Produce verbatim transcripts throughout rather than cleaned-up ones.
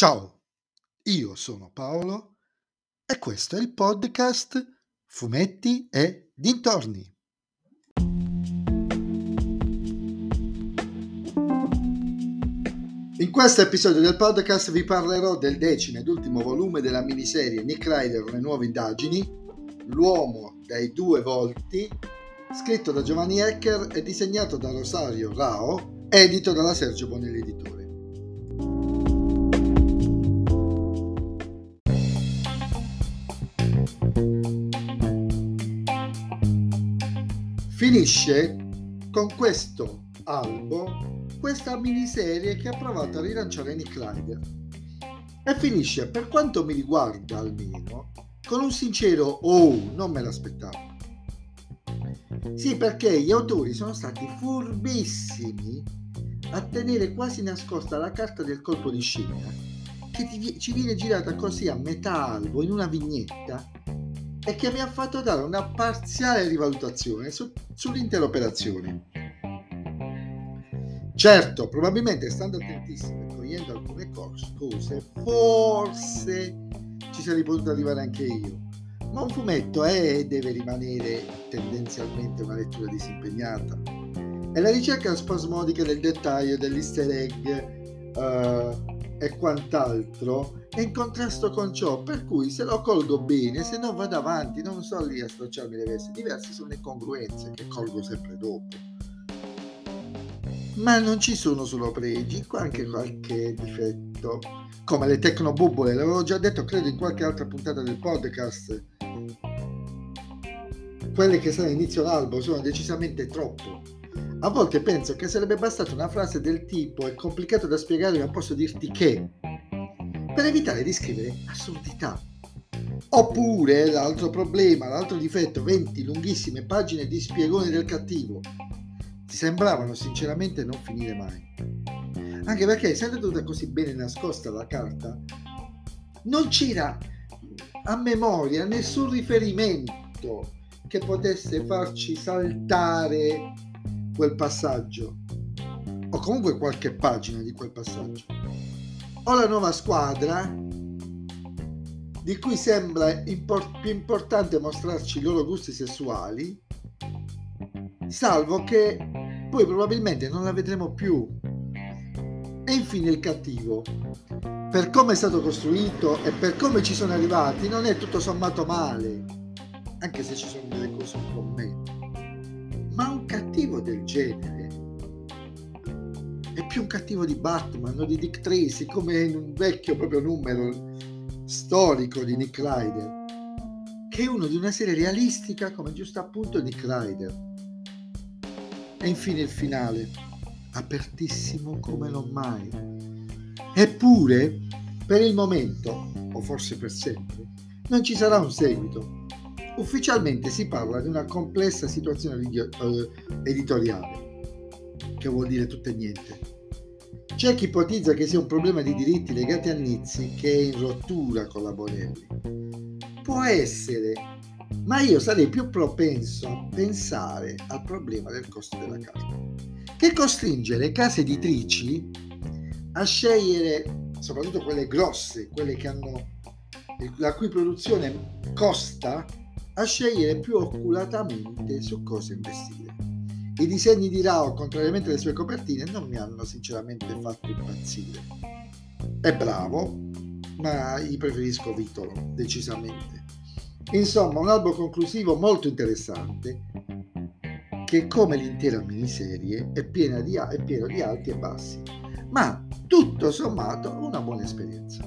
Ciao, io sono Paolo e questo è il podcast Fumetti e Dintorni. In questo episodio del podcast vi parlerò del decimo ed ultimo volume della miniserie Nick Ryder, le nuove indagini, L'uomo dai due volti, scritto da Giovanni Hecker e disegnato da Rosario Rao, edito dalla Sergio Bonelli Editore. Finisce con questo albo, questa miniserie che ha provato a rilanciare Nick Ryder, e finisce, per quanto mi riguarda almeno, con un sincero "oh, non me l'aspettavo". Sì, perché gli autori sono stati furbissimi a tenere quasi nascosta la carta del colpo di scena che ti, ci viene girata così a metà albo in una vignetta e che mi ha fatto dare una parziale rivalutazione su, sull'intera operazione. Certo, probabilmente stando attentissimi e cogliendo alcune cose, forse ci sarei potuto arrivare anche io, ma un fumetto è e deve rimanere tendenzialmente una lettura disimpegnata. E la ricerca spasmodica del dettaglio, dell'easter egg uh, e quant'altro è in contrasto con ciò, per cui se lo colgo bene, se no vado avanti, non sto lì a stracciarmi le vesti. Diverse sono le incongruenze che colgo sempre dopo. Ma non ci sono solo pregi, anche qualche difetto, come le tecnobubbole, l'avevo già detto credo in qualche altra puntata del podcast. Quelle che sono all'inizio dell'albo sono decisamente troppo. A volte penso che sarebbe bastata una frase del tipo "è complicato da spiegare ma posso dirti che", per evitare di scrivere assurdità. Oppure l'altro problema, l'altro difetto, venti lunghissime pagine di spiegoni del cattivo. Sembravano sinceramente non finire mai. Anche perché, essendo tutta così bene nascosta la carta, non c'era a memoria nessun riferimento che potesse farci saltare quel passaggio, o comunque qualche pagina di quel passaggio. Ho la nuova squadra, di cui sembra import- più importante mostrarci i loro gusti sessuali, salvo che poi probabilmente non la vedremo più. E infine il cattivo, per come è stato costruito e per come ci sono arrivati, non è tutto sommato male, anche se ci sono delle cose un po' meno. Ma un cattivo del genere è più un cattivo di Batman o di Dick Tracy, come in un vecchio proprio numero storico di Nick Ryder, che è uno di una serie realistica come giusto appunto Nick Ryder. E infine il finale, apertissimo come non mai. Eppure, per il momento, o forse per sempre, non ci sarà un seguito. Ufficialmente si parla di una complessa situazione editoriale, che vuol dire tutto e niente. C'è chi ipotizza che sia un problema di diritti legati a Nizzi che è in rottura con la Bonelli. Può essere, ma io sarei più propenso a pensare al problema del costo della carta, che costringe le case editrici a scegliere, soprattutto quelle grosse, quelle che hanno la cui produzione costa, a scegliere più oculatamente su cosa investire. I disegni di Rao, contrariamente alle sue copertine, non mi hanno sinceramente fatto impazzire. È bravo, ma gli preferisco Vitolo, decisamente. Insomma, un albo conclusivo molto interessante, che come l'intera miniserie è, piena di, è pieno di alti e bassi, ma tutto sommato una buona esperienza.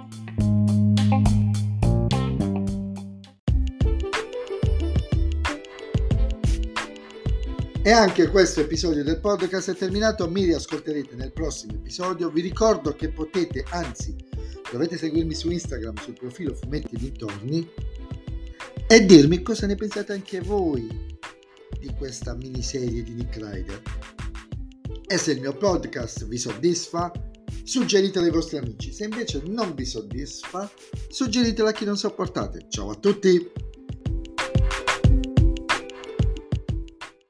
E anche questo episodio del podcast è terminato, mi riascolterete nel prossimo episodio. Vi ricordo che potete, anzi dovete seguirmi su Instagram sul profilo Fumetti e Dintorni e dirmi cosa ne pensate anche voi di questa miniserie di Nick Ryder. E se il mio podcast vi soddisfa, suggeritelo ai vostri amici. Se invece non vi soddisfa, suggeritelo a chi non sopportate. Ciao a tutti!